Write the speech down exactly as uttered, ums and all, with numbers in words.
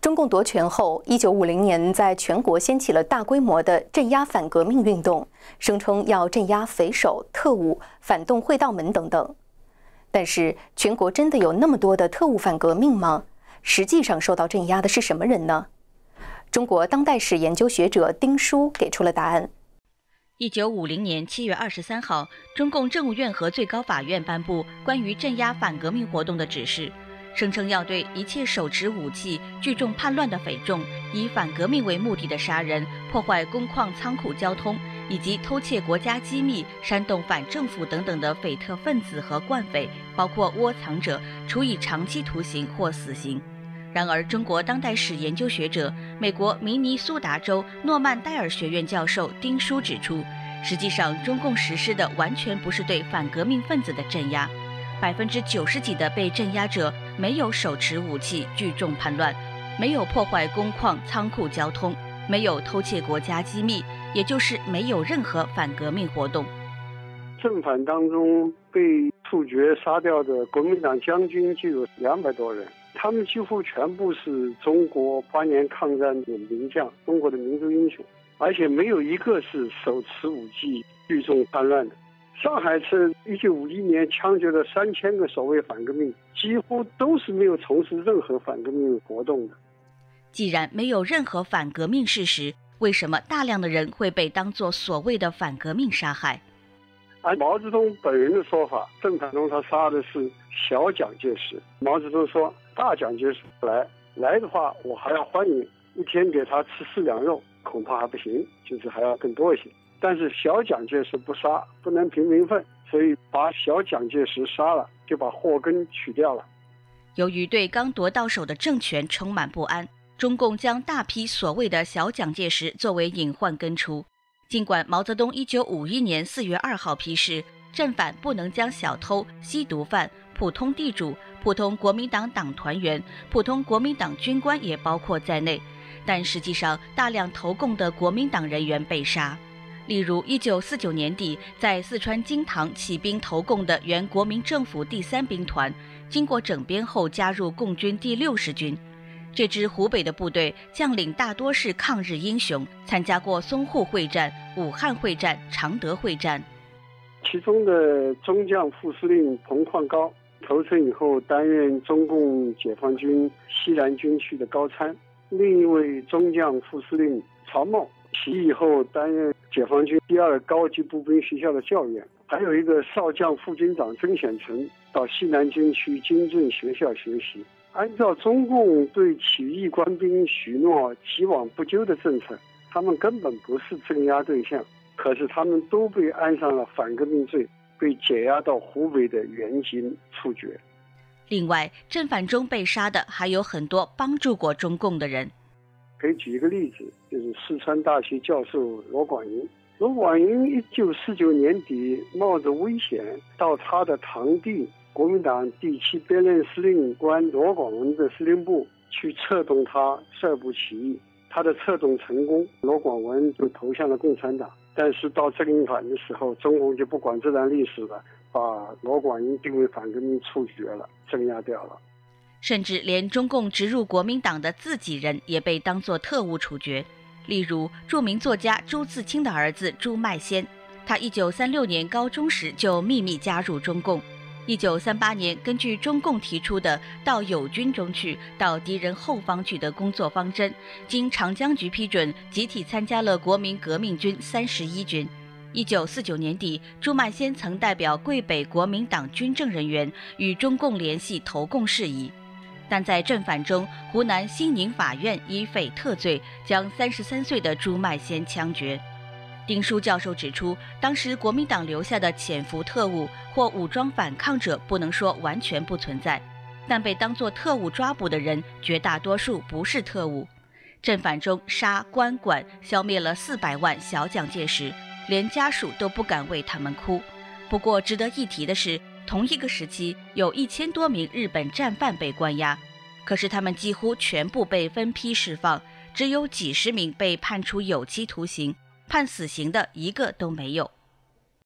中共夺权后，一九五零年在全国掀起了大规模的镇压反革命运动，声称要镇压匪首、特务、反动会道门等等。但是，全国真的有那么多的特务反革命吗？实际上受到镇压的是什么人呢？中国当代史研究学者丁书给出了答案。 一九五零年七月二十三号，中共政务院和最高法院颁布关于镇压反革命活动的指示，声称要对一切手持武器、聚众叛乱的匪众，以反革命为目的的杀人、破坏工矿仓库交通，以及偷窃国家机密、煽动反政府等等的匪特分子和惯匪，包括窝藏者，处以长期徒刑或死刑。然而，中国当代史研究学者、美国明尼苏达州诺曼戴尔学院教授丁书指出，实际上中共实施的完全不是对反革命分子的镇压，百分之九十几的被镇压者没有手持武器聚众叛乱，没有破坏工矿仓库交通，没有偷窃国家机密，也就是没有任何反革命活动。 正反当中被处决杀掉的国民党将军就有两百多人，他们几乎全部是中国八年抗战的名将，中国的民族英雄，而且没有一个是手持武器聚众叛乱的。上海市一九五一年枪决了三千个所谓反革命，几乎都是没有从事任何反革命活动的。 既然没有任何反革命事实，为什么大量的人会被当作所谓的反革命杀害？ 按毛泽东本人的说法，正反中他杀的是小蒋介石。毛泽东说，大蒋介石来来的话，我还要欢迎，一天给他吃四两肉，恐怕还不行，就是还要更多一些。但是小蒋介石不杀，不能平民愤，所以把小蒋介石杀了，就把祸根取掉了。 由于对刚夺到手的政权充满不安，中共将大批所谓的小蒋介石作为隐患根除。尽管毛泽东一九五一年四月二号批示，正反不能将小偷、吸毒犯、普通地主、普通国民党党团员、普通国民党军官也包括在内，但实际上大量投共的国民党人员被杀。例如一九四九年底在四川金堂起兵投共的原国民政府第三兵团，经过整编后加入共军第六十军。这支湖北的部队将领大多是抗日英雄，参加过淞沪会战、武汉会战、常德会战。 其中的中将副司令彭焕高投诚以后担任中共解放军西南军区的高参，另一位中将副司令曹茂起义后担任解放军第二高级步兵学校的教员，还有一个少将副军长曾显成到西南军区军政学校学习。按照中共对起义官兵许诺既往不咎的政策，他们根本不是镇压对象，可是他们都被安上了反革命罪，被解押到湖北的原津处决。 另外，正反中被杀的还有很多帮助过中共的人。 可以举一个例子，就是四川大学教授罗广英。罗广英一九四九年底冒着危险到他的堂弟国民党第七编任司令官罗广文的司令部去策动他率部起义，他的策动成功，罗广文就投向了共产党。但是到正反的时候，中共就不管这段历史了，把罗广英定为反革命处决了，镇压掉了。 甚至连中共植入国民党的自己人也被当作特务处决。例如著名作家朱自清的儿子朱麦先，他一九三六年高中时就秘密加入中共，一九三八年根据中共提出的到友军中去、到敌人后方去的工作方针，经长江局批准，集体参加了国民革命军三十一军。一九四九年底，朱麦先曾代表桂北国民党军政人员与中共联系投共事宜。但在正反中，湖南兴宁法院以匪特罪将三十三岁的朱麦先枪决。丁书教授指出，当时国民党留下的潜伏特务或武装反抗者不能说完全不存在，但被当作特务抓捕的人绝大多数不是特务。正反中杀关管，消灭了四百万小蒋介石，连家属都不敢为他们哭。不过值得一提的是，同一个时期有一千多名日本战犯被关押，可是他们几乎全部被分批释放，只有几十名被判处有期徒刑，判死刑的一个都没有。